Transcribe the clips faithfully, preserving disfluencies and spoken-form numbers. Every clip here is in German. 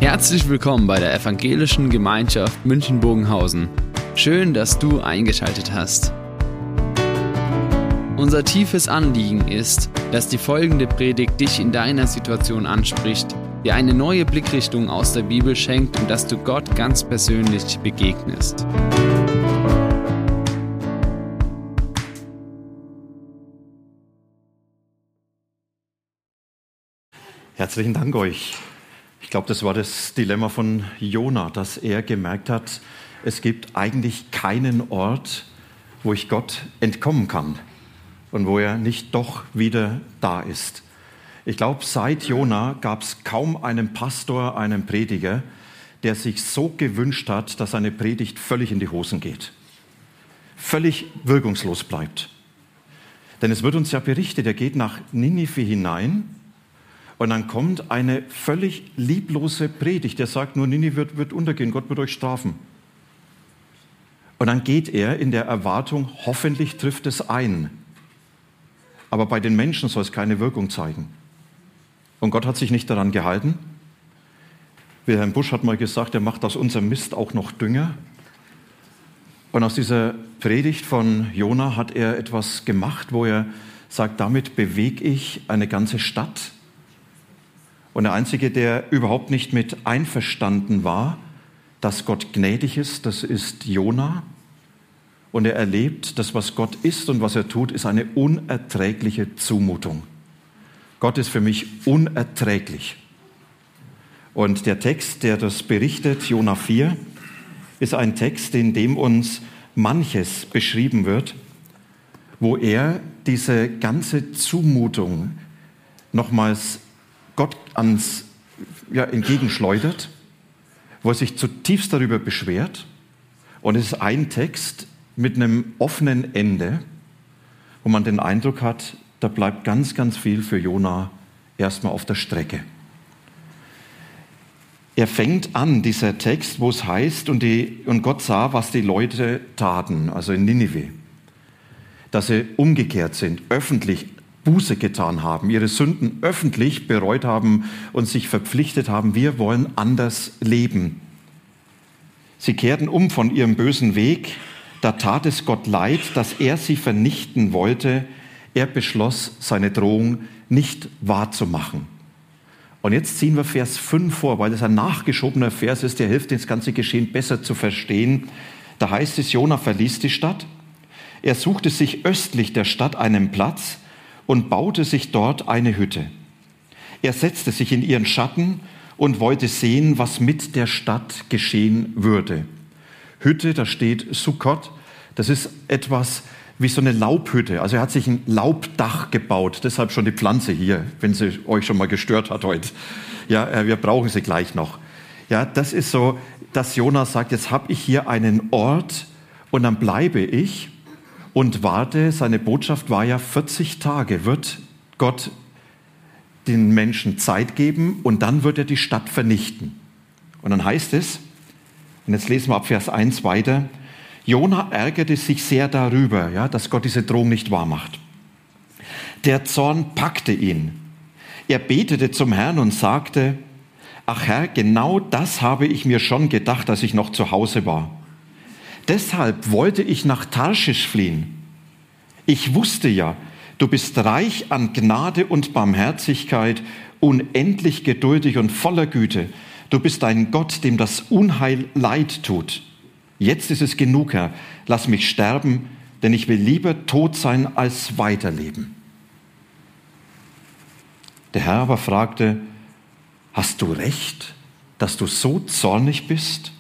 Herzlich willkommen bei der Evangelischen Gemeinschaft München-Bogenhausen. Schön, dass du eingeschaltet hast. Unser tiefes Anliegen ist, dass die folgende Predigt dich in deiner Situation anspricht, dir eine neue Blickrichtung aus der Bibel schenkt und dass du Gott ganz persönlich begegnest. Herzlichen Dank euch. Ich glaube, das war das Dilemma von Jona, dass er gemerkt hat, es gibt eigentlich keinen Ort, wo ich Gott entkommen kann und wo er nicht doch wieder da ist. Ich glaube, seit Jona gab es kaum einen Pastor, einen Prediger, der sich so gewünscht hat, dass seine Predigt völlig in die Hosen geht, völlig wirkungslos bleibt. Denn es wird uns ja berichtet, er geht nach Ninive hinein. Und dann kommt eine völlig lieblose Predigt, der sagt nur, Ninive wird, wird untergehen, Gott wird euch strafen. Und dann geht er in der Erwartung, hoffentlich trifft es ein. Aber bei den Menschen soll es keine Wirkung zeigen. Und Gott hat sich nicht daran gehalten. Wilhelm Busch hat mal gesagt, er macht aus unserem Mist auch noch Dünger. Und aus dieser Predigt von Jona hat er etwas gemacht, wo er sagt, damit bewege ich eine ganze Stadt. Und der Einzige, der überhaupt nicht mit einverstanden war, dass Gott gnädig ist, das ist Jona. Und er erlebt, dass was Gott ist und was er tut, ist eine unerträgliche Zumutung. Gott ist für mich unerträglich. Und der Text, der das berichtet, Jona vier, ist ein Text, in dem uns manches beschrieben wird, wo er diese ganze Zumutung nochmals Gott ans, ja, entgegenschleudert, wo er sich zutiefst darüber beschwert. Und es ist ein Text mit einem offenen Ende, wo man den Eindruck hat, da bleibt ganz, ganz viel für Jona erstmal auf der Strecke. Er fängt an, dieser Text, wo es heißt, und, die, und Gott sah, was die Leute taten, also in Ninive, dass sie umgekehrt sind, öffentlich Buße getan haben, ihre Sünden öffentlich bereut haben und sich verpflichtet haben, wir wollen anders leben. Sie kehrten um von ihrem bösen Weg, da tat es Gott leid, dass er sie vernichten wollte. Er beschloss, seine Drohung nicht wahrzumachen. Und jetzt ziehen wir Vers fünf vor, weil das ein nachgeschobener Vers ist, der hilft, das ganze Geschehen besser zu verstehen. Da heißt es, Jona verließ die Stadt. Er suchte sich östlich der Stadt einen Platz und baute sich dort eine Hütte. Er setzte sich in ihren Schatten und wollte sehen, was mit der Stadt geschehen würde. Hütte, da steht Sukkot, das ist etwas wie so eine Laubhütte. Also er hat sich ein Laubdach gebaut, deshalb schon die Pflanze hier, wenn sie euch schon mal gestört hat heute. Ja, wir brauchen sie gleich noch. Ja, das ist so, dass Jona sagt, jetzt habe ich hier einen Ort und dann bleibe ich und warte. Seine Botschaft war ja, vierzig Tage wird Gott den Menschen Zeit geben und dann wird er die Stadt vernichten. Und dann heißt es, und jetzt lesen wir ab Vers eins weiter, Jona ärgerte sich sehr darüber, ja, dass Gott diese Drohung nicht wahrmacht. Der Zorn packte ihn. Er betete zum Herrn und sagte, ach Herr, genau das habe ich mir schon gedacht, als ich noch zu Hause war. Deshalb wollte ich nach Tarschisch fliehen. Ich wusste ja, du bist reich an Gnade und Barmherzigkeit, unendlich geduldig und voller Güte. Du bist ein Gott, dem das Unheil leid tut. Jetzt ist es genug, Herr. Lass mich sterben, denn ich will lieber tot sein, als weiterleben. Der Herr aber fragte, hast du recht, dass du so zornig bist?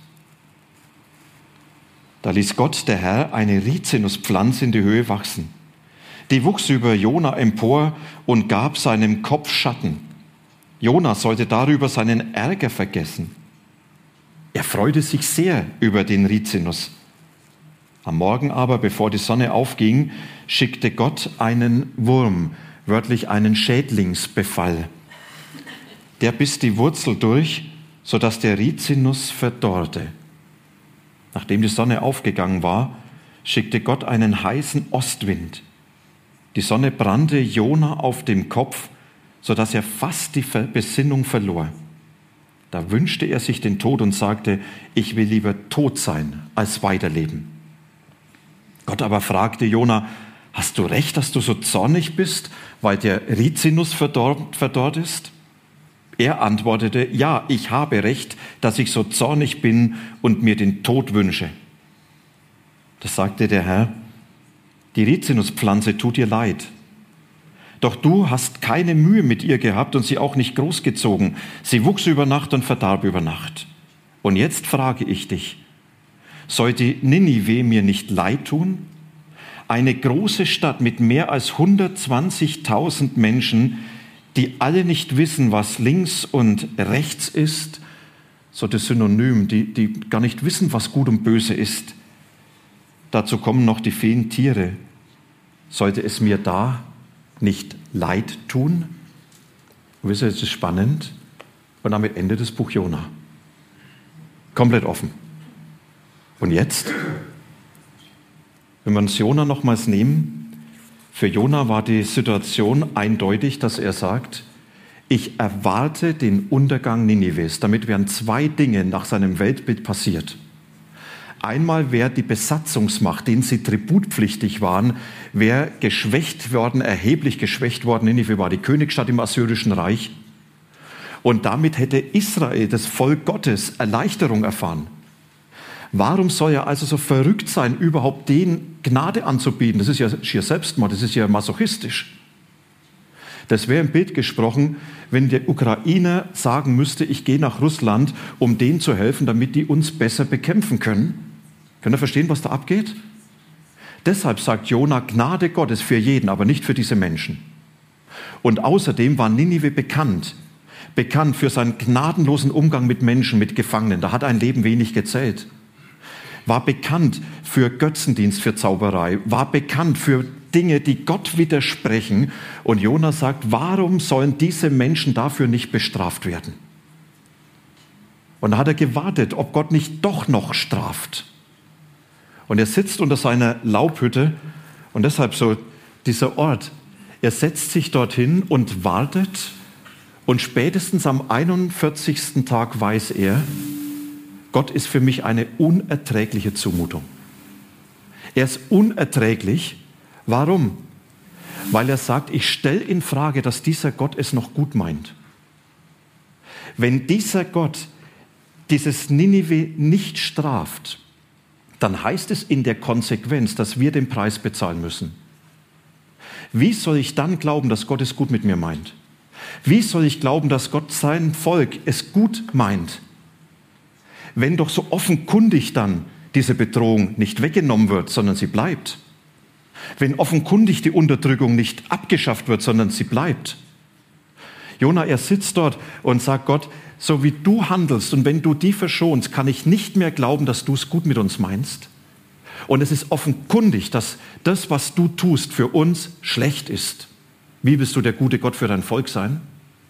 Da ließ Gott, der Herr, eine Rizinuspflanze in die Höhe wachsen. Die wuchs über Jona empor und gab seinem Kopf Schatten. Jona sollte darüber seinen Ärger vergessen. Er freute sich sehr über den Rizinus. Am Morgen aber, bevor die Sonne aufging, schickte Gott einen Wurm, wörtlich einen Schädlingsbefall. Der biss die Wurzel durch, sodass der Rizinus verdorrte. Nachdem die Sonne aufgegangen war, schickte Gott einen heißen Ostwind. Die Sonne brannte Jona auf dem Kopf, sodass er fast die Besinnung verlor. Da wünschte er sich den Tod und sagte, ich will lieber tot sein, als weiterleben. Gott aber fragte Jona, hast du recht, dass du so zornig bist, weil der Rizinus verdorrt, verdorrt ist? Er antwortete, ja, ich habe recht, dass ich so zornig bin und mir den Tod wünsche. Da sagte der Herr, die Rizinuspflanze tut dir leid. Doch du hast keine Mühe mit ihr gehabt und sie auch nicht großgezogen. Sie wuchs über Nacht und verdarb über Nacht. Und jetzt frage ich dich, soll die Ninive mir nicht leid tun? Eine große Stadt mit mehr als hundertzwanzigtausend Menschen, die alle nicht wissen, was links und rechts ist, so das Synonym, die, die gar nicht wissen, was gut und böse ist. Dazu kommen noch die vielen Tiere. Sollte es mir da nicht leid tun? Und wisst ihr, das ist spannend. Und damit endet das Buch Jona. Komplett offen. Und jetzt, wenn wir uns Jona nochmals nehmen, für Jona war die Situation eindeutig, dass er sagt, ich erwarte den Untergang Ninives. Damit wären zwei Dinge nach seinem Weltbild passiert. Einmal wäre die Besatzungsmacht, denen sie tributpflichtig waren, wäre geschwächt worden, erheblich geschwächt worden. Ninive war die Königsstadt im Assyrischen Reich. Und damit hätte Israel, das Volk Gottes, Erleichterung erfahren. Warum soll er also so verrückt sein, überhaupt denen Gnade anzubieten? Das ist ja schier Selbstmord, das ist ja masochistisch. Das wäre im Bild gesprochen, wenn der Ukrainer sagen müsste, ich gehe nach Russland, um denen zu helfen, damit die uns besser bekämpfen können. Könnt ihr verstehen, was da abgeht? Deshalb sagt Jona, Gnade Gottes für jeden, aber nicht für diese Menschen. Und außerdem war Ninive bekannt, bekannt für seinen gnadenlosen Umgang mit Menschen, mit Gefangenen. Da hat ein Leben wenig gezählt. War bekannt für Götzendienst, für Zauberei, war bekannt für Dinge, die Gott widersprechen. Und Jona sagt, warum sollen diese Menschen dafür nicht bestraft werden? Und da hat er gewartet, ob Gott nicht doch noch straft. Und er sitzt unter seiner Laubhütte und deshalb so dieser Ort. Er setzt sich dorthin und wartet und spätestens am einundvierzigsten Tag weiß er, Gott ist für mich eine unerträgliche Zumutung. Er ist unerträglich. Warum? Weil er sagt, ich stelle in Frage, dass dieser Gott es noch gut meint. Wenn dieser Gott dieses Ninive nicht straft, dann heißt es in der Konsequenz, dass wir den Preis bezahlen müssen. Wie soll ich dann glauben, dass Gott es gut mit mir meint? Wie soll ich glauben, dass Gott sein Volk es gut meint? Wenn doch so offenkundig dann diese Bedrohung nicht weggenommen wird, sondern sie bleibt. Wenn offenkundig die Unterdrückung nicht abgeschafft wird, sondern sie bleibt. Jona, er sitzt dort und sagt Gott, so wie du handelst und wenn du die verschonst, kann ich nicht mehr glauben, dass du es gut mit uns meinst. Und es ist offenkundig, dass das, was du tust, für uns schlecht ist. Wie willst du der gute Gott für dein Volk sein?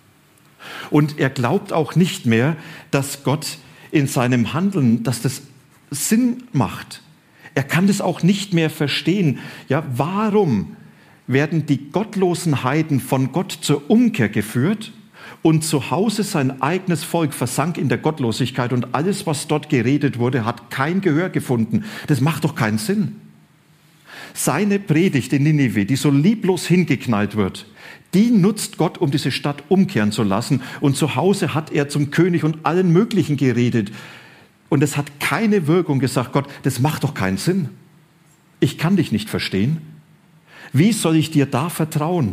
Und er glaubt auch nicht mehr, dass Gott in seinem Handeln, dass das Sinn macht. Er kann das auch nicht mehr verstehen. Ja, warum werden die gottlosen Heiden von Gott zur Umkehr geführt und zu Hause sein eigenes Volk versank in der Gottlosigkeit und alles, was dort geredet wurde, hat kein Gehör gefunden. Das macht doch keinen Sinn. Seine Predigt in Ninive, die so lieblos hingeknallt wird, die nutzt Gott, um diese Stadt umkehren zu lassen. Und zu Hause hat er zum König und allen Möglichen geredet. Und es hat keine Wirkung gesagt, Gott, das macht doch keinen Sinn. Ich kann dich nicht verstehen. Wie soll ich dir da vertrauen?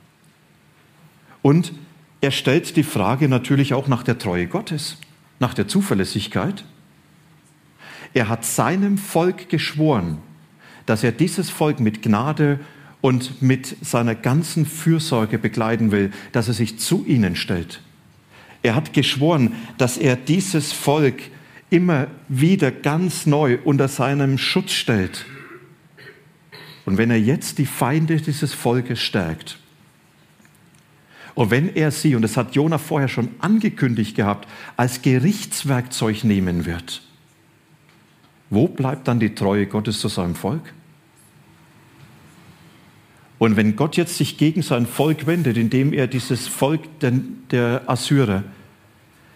Und er stellt die Frage natürlich auch nach der Treue Gottes, nach der Zuverlässigkeit. Er hat seinem Volk geschworen, dass er dieses Volk mit Gnade und mit seiner ganzen Fürsorge begleiten will, dass er sich zu ihnen stellt. Er hat geschworen, dass er dieses Volk immer wieder ganz neu unter seinem Schutz stellt. Und wenn er jetzt die Feinde dieses Volkes stärkt, und wenn er sie, und das hat Jona vorher schon angekündigt gehabt, als Gerichtswerkzeug nehmen wird, wo bleibt dann die Treue Gottes zu seinem Volk? Und wenn Gott jetzt sich gegen sein Volk wendet, indem er dieses Volk der, der Assyrer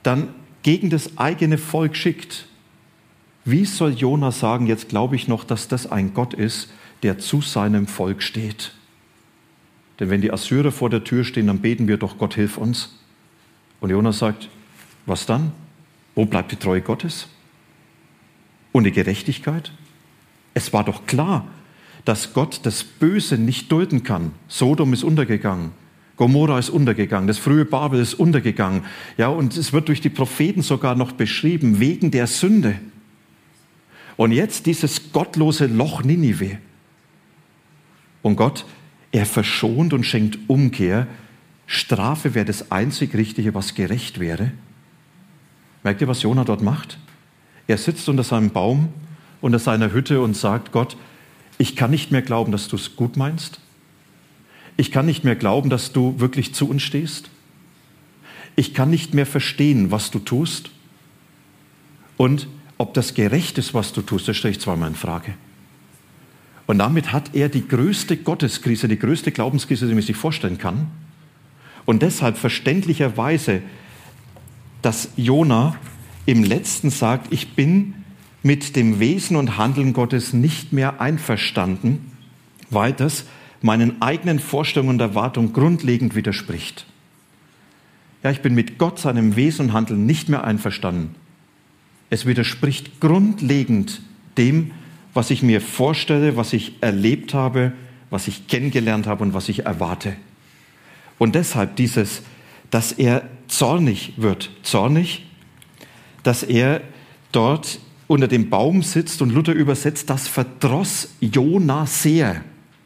dann gegen das eigene Volk schickt, wie soll Jona sagen, jetzt glaube ich noch, dass das ein Gott ist, der zu seinem Volk steht? Denn wenn die Assyrer vor der Tür stehen, dann beten wir doch, Gott, hilf uns. Und Jona sagt, was dann? Wo bleibt die Treue Gottes? Und die Gerechtigkeit? Es war doch klar, dass Gott das Böse nicht dulden kann. Sodom ist untergegangen. Gomorra ist untergegangen, das frühe Babel ist untergegangen. Ja, und es wird durch die Propheten sogar noch beschrieben, wegen der Sünde. Und jetzt dieses gottlose Loch Ninive. Und Gott, er verschont und schenkt Umkehr. Strafe wäre das einzig Richtige, was gerecht wäre. Merkt ihr, was Jona dort macht? Er sitzt unter seinem Baum, unter seiner Hütte und sagt, Gott, ich kann nicht mehr glauben, dass du es gut meinst. Ich kann nicht mehr glauben, dass du wirklich zu uns stehst. Ich kann nicht mehr verstehen, was du tust. Und ob das gerecht ist, was du tust, das stelle ich zweimal in Frage. Und damit hat er die größte Gotteskrise, die größte Glaubenskrise, die man sich vorstellen kann. Und deshalb verständlicherweise, dass Jona im Letzten sagt, ich bin mit dem Wesen und Handeln Gottes nicht mehr einverstanden, weil das meinen eigenen Vorstellungen und Erwartungen grundlegend widerspricht. Ja, ich bin mit Gott, seinem Wesen und Handeln nicht mehr einverstanden. Es widerspricht grundlegend dem, was ich mir vorstelle, was ich erlebt habe, was ich kennengelernt habe und was ich erwarte. Und deshalb dieses, dass er zornig wird, zornig, dass er dort unter dem Baum sitzt und Luther übersetzt, das verdross Jona sehr.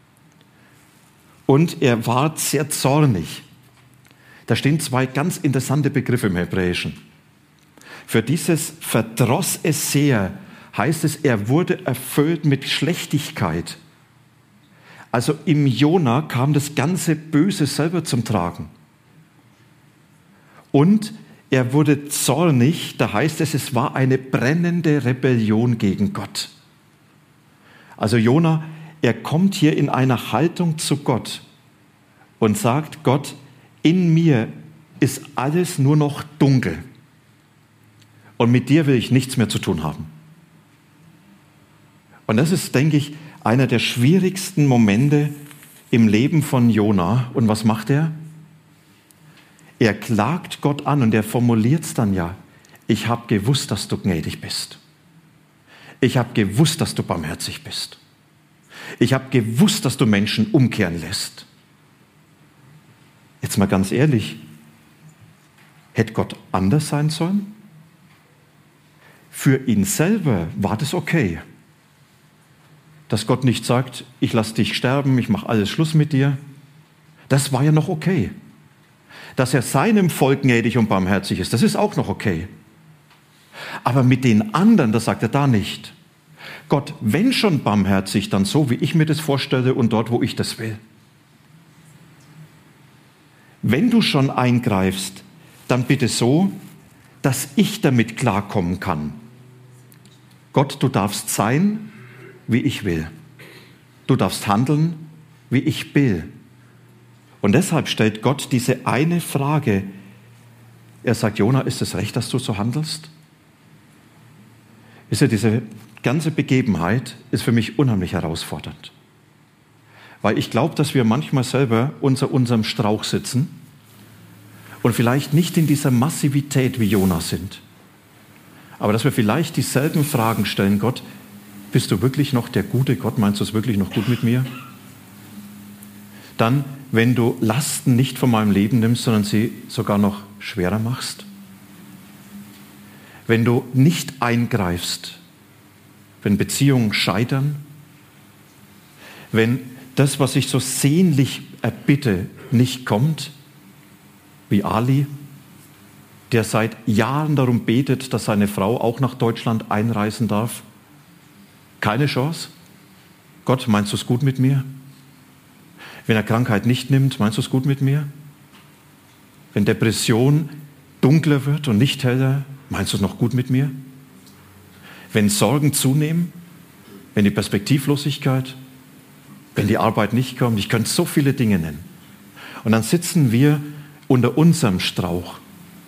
Und er war sehr zornig. Da stehen zwei ganz interessante Begriffe im Hebräischen. Für dieses verdross es sehr heißt es, er wurde erfüllt mit Schlechtigkeit. Also im Jona kam das ganze Böse selber zum Tragen. Und er wurde zornig, da heißt es, es war eine brennende Rebellion gegen Gott. Also Jona, er kommt hier in einer Haltung zu Gott und sagt, Gott, in mir ist alles nur noch dunkel und mit dir will ich nichts mehr zu tun haben. Und das ist, denke ich, einer der schwierigsten Momente im Leben von Jona. Und was macht er? Er klagt Gott an und er formuliert es dann ja. Ich habe gewusst, dass du gnädig bist. Ich habe gewusst, dass du barmherzig bist. Ich habe gewusst, dass du Menschen umkehren lässt. Jetzt mal ganz ehrlich, hätte Gott anders sein sollen? Für ihn selber war das okay. Dass Gott nicht sagt, ich lasse dich sterben, ich mache alles Schluss mit dir. Das war ja noch okay. Dass er seinem Volk gnädig und barmherzig ist, das ist auch noch okay. Aber mit den anderen, das sagt er da nicht. Gott, wenn schon barmherzig, dann so, wie ich mir das vorstelle und dort, wo ich das will. Wenn du schon eingreifst, dann bitte so, dass ich damit klarkommen kann. Gott, du darfst sein, wie ich will. Du darfst handeln, wie ich will. Und deshalb stellt Gott diese eine Frage. Er sagt, Jona, ist es recht, dass du so handelst? Wisst ihr, diese ganze Begebenheit ist für mich unheimlich herausfordernd. Weil ich glaube, dass wir manchmal selber unter unserem Strauch sitzen und vielleicht nicht in dieser Massivität wie Jona sind. Aber dass wir vielleicht dieselben Fragen stellen, Gott, bist du wirklich noch der gute Gott? Meinst du es wirklich noch gut mit mir? Dann, wenn du Lasten nicht von meinem Leben nimmst, sondern sie sogar noch schwerer machst. Wenn du nicht eingreifst, wenn Beziehungen scheitern, wenn das, was ich so sehnlich erbitte, nicht kommt, wie Ali, der seit Jahren darum betet, dass seine Frau auch nach Deutschland einreisen darf. Keine Chance. Gott, meinst du es gut mit mir? Wenn er Krankheit nicht nimmt, meinst du es gut mit mir? Wenn Depression dunkler wird und nicht heller, meinst du es noch gut mit mir? Wenn Sorgen zunehmen, wenn die Perspektivlosigkeit, wenn die Arbeit nicht kommt, ich könnte so viele Dinge nennen. Und dann sitzen wir unter unserem Strauch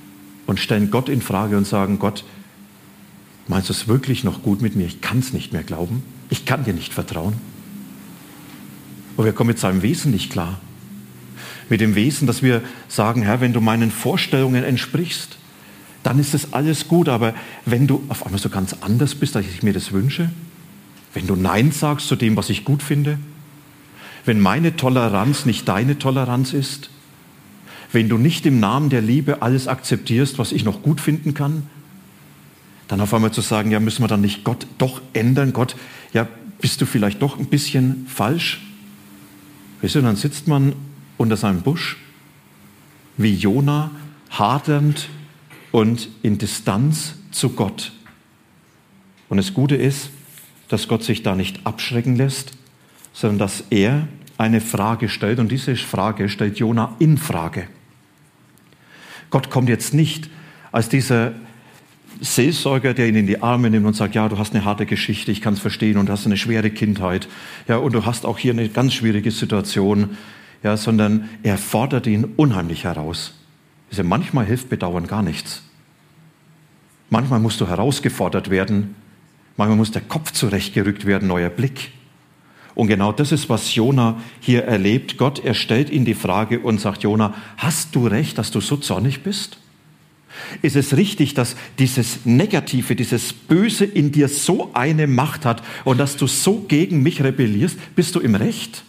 und stellen Gott in Frage und sagen, Gott, meinst du es wirklich noch gut mit mir? Ich kann es nicht mehr glauben. Ich kann dir nicht vertrauen. Und wir kommen mit seinem Wesen nicht klar. Mit dem Wesen, dass wir sagen, Herr, wenn du meinen Vorstellungen entsprichst, dann ist das alles gut. Aber wenn du auf einmal so ganz anders bist, als ich mir das wünsche, wenn du Nein sagst zu dem, was ich gut finde, wenn meine Toleranz nicht deine Toleranz ist, wenn du nicht im Namen der Liebe alles akzeptierst, was ich noch gut finden kann, dann auf einmal zu sagen, ja, müssen wir dann nicht Gott doch ändern? Gott, ja, bist du vielleicht doch ein bisschen falsch? Weißt du, dann sitzt man unter seinem Busch, wie Jona, hadernd und in Distanz zu Gott. Und das Gute ist, dass Gott sich da nicht abschrecken lässt, sondern dass er eine Frage stellt. Und diese Frage stellt Jona in Frage. Gott kommt jetzt nicht als dieser Seelsorger, der ihn in die Arme nimmt und sagt, ja, du hast eine harte Geschichte, ich kann es verstehen, und du hast eine schwere Kindheit, ja, und du hast auch hier eine ganz schwierige Situation, ja, sondern er fordert ihn unheimlich heraus. Also manchmal hilft Bedauern gar nichts. Manchmal musst du herausgefordert werden, manchmal muss der Kopf zurechtgerückt werden, neuer Blick. Und genau das ist, was Jona hier erlebt. Gott, er stellt ihn die Frage und sagt, Jona, hast du recht, dass du so zornig bist? Ist es richtig, dass dieses Negative, dieses Böse in dir so eine Macht hat und dass du so gegen mich rebellierst? Bist du im Recht?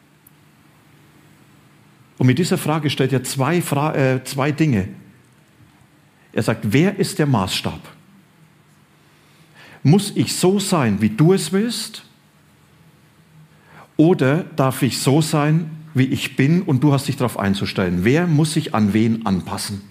Und mit dieser Frage stellt er zwei, Fra- äh, zwei Dinge. Er sagt, wer ist der Maßstab? Muss ich so sein, wie du es willst? Oder darf ich so sein, wie ich bin, und du hast dich darauf einzustellen? Wer muss sich an wen anpassen?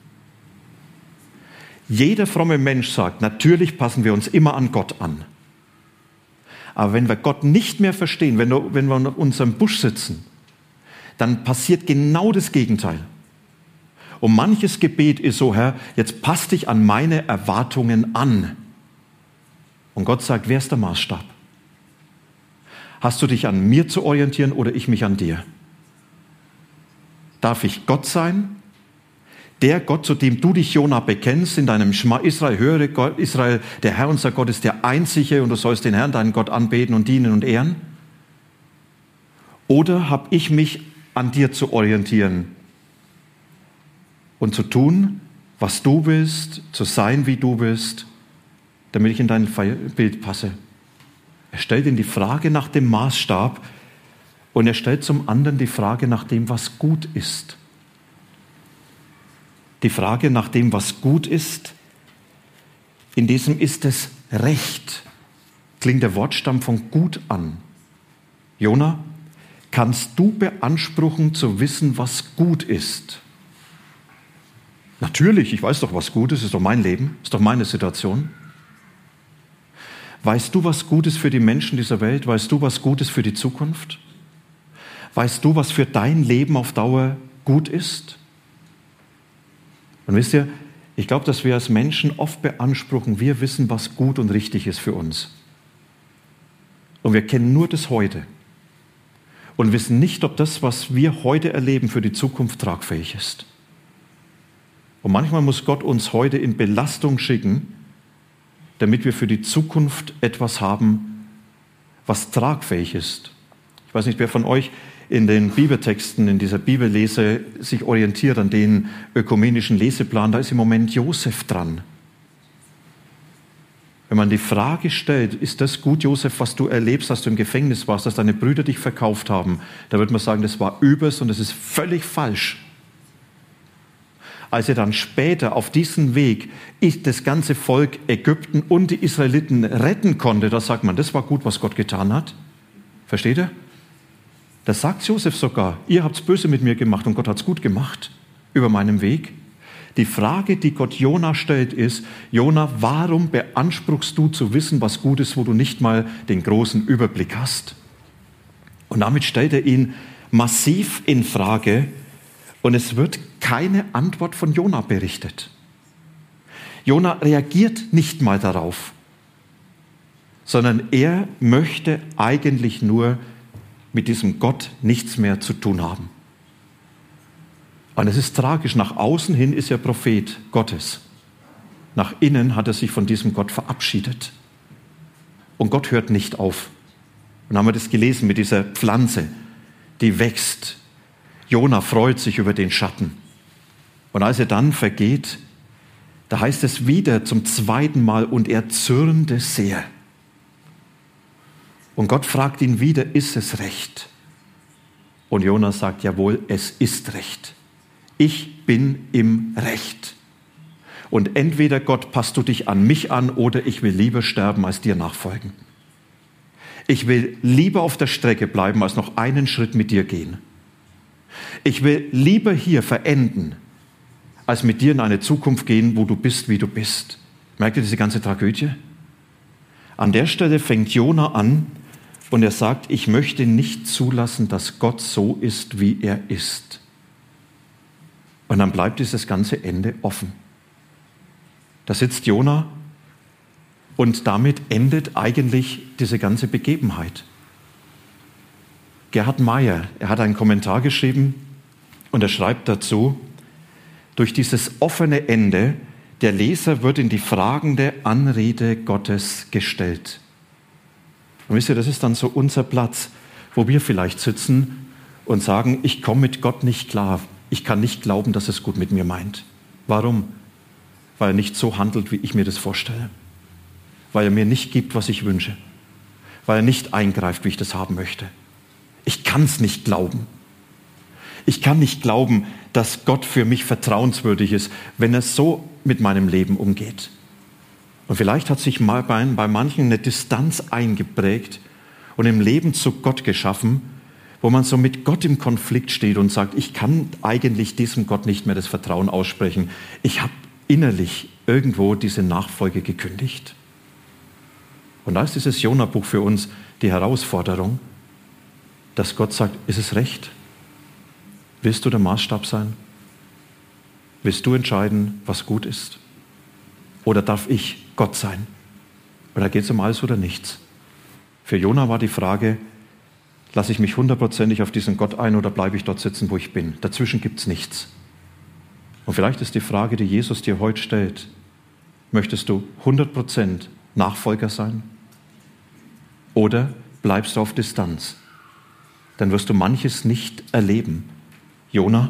Jeder fromme Mensch sagt, natürlich passen wir uns immer an Gott an. Aber wenn wir Gott nicht mehr verstehen, wenn wir, wenn wir in unserem Busch sitzen, dann passiert genau das Gegenteil. Und manches Gebet ist so, Herr, jetzt passt dich an meine Erwartungen an. Und Gott sagt, wer ist der Maßstab? Hast du dich an mir zu orientieren oder ich mich an dir? Darf ich Gott sein? Der Gott, zu dem du dich, Jona, bekennst, in deinem Schma Israel, höre Gott, Israel, der Herr, unser Gott, ist der Einzige und du sollst den Herrn, deinen Gott, anbeten und dienen und ehren? Oder habe ich mich an dir zu orientieren und zu tun, was du willst, zu sein, wie du bist, damit ich in dein Bild passe? Er stellt ihn die Frage nach dem Maßstab und er stellt zum anderen die Frage nach dem, was gut ist. Die Frage nach dem, was gut ist, in diesem ist es Recht. Klingt der Wortstamm von gut an. Jona, kannst du beanspruchen zu wissen, was gut ist? Natürlich, ich weiß doch, was gut ist, ist doch mein Leben, ist doch meine Situation. Weißt du, was gut ist für die Menschen dieser Welt? Weißt du, was gut ist für die Zukunft? Weißt du, was für dein Leben auf Dauer gut ist? Und wisst ihr, ich glaube, dass wir als Menschen oft beanspruchen, wir wissen, was gut und richtig ist für uns. Und wir kennen nur das Heute. Und wissen nicht, ob das, was wir heute erleben, für die Zukunft tragfähig ist. Und manchmal muss Gott uns heute in Belastung schicken, damit wir für die Zukunft etwas haben, was tragfähig ist. Ich weiß nicht, wer von euch in den Bibeltexten, in dieser Bibellese sich orientiert an den ökumenischen Leseplan. Da ist im Moment Josef dran. Wenn man die Frage stellt, ist das gut, Josef, was du erlebst, dass du im Gefängnis warst, dass deine Brüder dich verkauft haben, da wird man sagen, das war übelst und das ist völlig falsch. Als er dann später auf diesen Weg das ganze Volk Ägypten und die Israeliten retten konnte, da sagt man, das war gut, was Gott getan hat. Versteht ihr? Da sagt Josef sogar, ihr habt's böse mit mir gemacht und Gott hat's gut gemacht über meinem Weg. Die Frage, die Gott Jona stellt, ist, Jona, warum beanspruchst du zu wissen, was gut ist, wo du nicht mal den großen Überblick hast? Und damit stellt er ihn massiv in Frage und es wird keine Antwort von Jona berichtet. Jona reagiert nicht mal darauf, sondern er möchte eigentlich nur mit diesem Gott nichts mehr zu tun haben. Und es ist tragisch, nach außen hin ist er Prophet Gottes. Nach innen hat er sich von diesem Gott verabschiedet. Und Gott hört nicht auf. Und dann haben wir das gelesen mit dieser Pflanze, die wächst. Jona freut sich über den Schatten. Und als er dann vergeht, da heißt es wieder zum zweiten Mal, und er zürnte sehr. Und Gott fragt ihn wieder, ist es recht? Und Jona sagt, jawohl, es ist recht. Ich bin im Recht. Und entweder Gott, passt du dich an mich an, oder ich will lieber sterben, als dir nachfolgen. Ich will lieber auf der Strecke bleiben, als noch einen Schritt mit dir gehen. Ich will lieber hier verenden, als mit dir in eine Zukunft gehen, wo du bist, wie du bist. Merkt ihr diese ganze Tragödie? An der Stelle fängt Jona an und er sagt, ich möchte nicht zulassen, dass Gott so ist, wie er ist. Und dann bleibt dieses ganze Ende offen. Da sitzt Jona und damit endet eigentlich diese ganze Begebenheit. Gerhard Meyer, er hat einen Kommentar geschrieben und er schreibt dazu, durch dieses offene Ende, der Leser wird in die fragende Anrede Gottes gestellt. Und wisst ihr, das ist dann so unser Platz, wo wir vielleicht sitzen und sagen, ich komme mit Gott nicht klar. Ich kann nicht glauben, dass es gut mit mir meint. Warum? Weil er nicht so handelt, wie ich mir das vorstelle. Weil er mir nicht gibt, was ich wünsche. Weil er nicht eingreift, wie ich das haben möchte. Ich kann es nicht glauben. Ich kann nicht glauben, dass Gott für mich vertrauenswürdig ist, wenn er so mit meinem Leben umgeht. Und vielleicht hat sich mal bei, bei manchen eine Distanz eingeprägt und im Leben zu Gott geschaffen, wo man so mit Gott im Konflikt steht und sagt, ich kann eigentlich diesem Gott nicht mehr das Vertrauen aussprechen. Ich habe innerlich irgendwo diese Nachfolge gekündigt. Und da ist dieses Jona-Buch für uns die Herausforderung, dass Gott sagt, ist es recht? Willst du der Maßstab sein? Willst du entscheiden, was gut ist? Oder darf ich Gott sein? Und da geht es um alles oder nichts. Für Jona war die Frage, lasse ich mich hundertprozentig auf diesen Gott ein oder bleibe ich dort sitzen, wo ich bin? Dazwischen gibt es nichts. Und vielleicht ist die Frage, die Jesus dir heute stellt, möchtest du hundert Prozent Nachfolger sein? Oder bleibst du auf Distanz? Dann wirst du manches nicht erleben. Jona,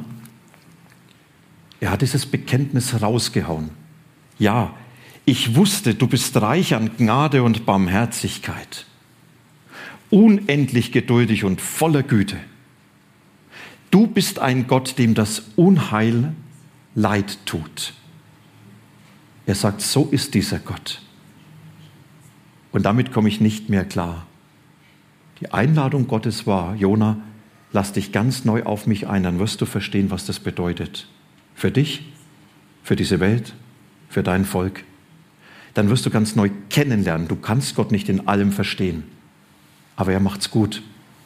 er hat dieses Bekenntnis rausgehauen. Ja, ich wusste, du bist reich an Gnade und Barmherzigkeit, unendlich geduldig und voller Güte. Du bist ein Gott, dem das Unheil leid tut. Er sagt, so ist dieser Gott. Und damit komme ich nicht mehr klar. Die Einladung Gottes war, Jona, lass dich ganz neu auf mich ein, dann wirst du verstehen, was das bedeutet. Für dich, für diese Welt, für dein Volk. Dann wirst du ganz neu kennenlernen. Du kannst Gott nicht in allem verstehen, aber er macht's gut.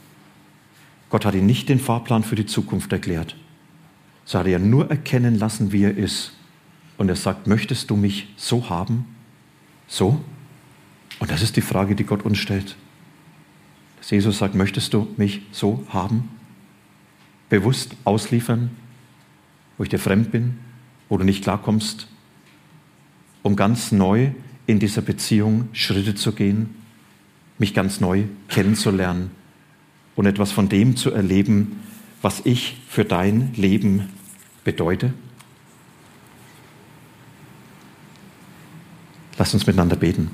Gott hat ihm nicht den Fahrplan für die Zukunft erklärt. So hat er nur erkennen lassen, wie er ist. Und er sagt, möchtest du mich so haben? So? Und das ist die Frage, die Gott uns stellt. Dass Jesus sagt, möchtest du mich so haben? Bewusst ausliefern, wo ich dir fremd bin, wo du nicht klarkommst, um ganz neu in dieser Beziehung Schritte zu gehen, mich ganz neu kennenzulernen und etwas von dem zu erleben, was ich für dein Leben bedeute? Lasst uns miteinander beten.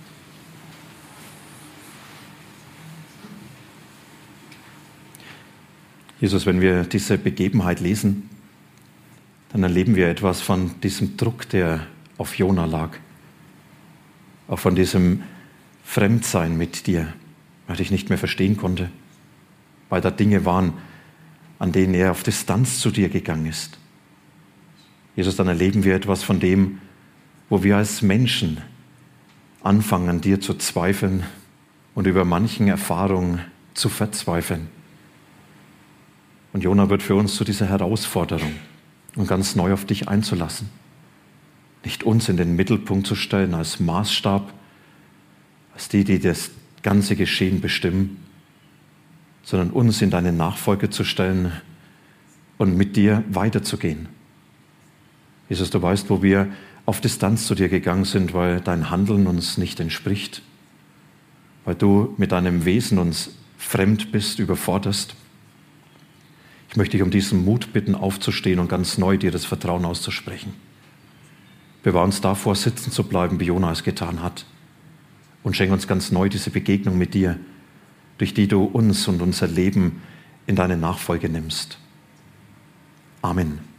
Jesus, wenn wir diese Begebenheit lesen, dann erleben wir etwas von diesem Druck, der auf Jona lag. Auch von diesem Fremdsein mit dir, weil ich nicht mehr verstehen konnte, weil da Dinge waren, an denen er auf Distanz zu dir gegangen ist. Jesus, dann erleben wir etwas von dem, wo wir als Menschen anfangen, an dir zu zweifeln und über manchen Erfahrungen zu verzweifeln. Und Jona wird für uns zu dieser Herausforderung, um ganz neu auf dich einzulassen. Nicht uns in den Mittelpunkt zu stellen als Maßstab, als die, die das ganze Geschehen bestimmen, sondern uns in deine Nachfolge zu stellen und mit dir weiterzugehen. Jesus, du weißt, wo wir auf Distanz zu dir gegangen sind, weil dein Handeln uns nicht entspricht, weil du mit deinem Wesen uns fremd bist, überforderst. Ich möchte dich um diesen Mut bitten, aufzustehen und ganz neu dir das Vertrauen auszusprechen. Bewahr uns davor, sitzen zu bleiben, wie Jona es getan hat. Und schenk uns ganz neu diese Begegnung mit dir, durch die du uns und unser Leben in deine Nachfolge nimmst. Amen.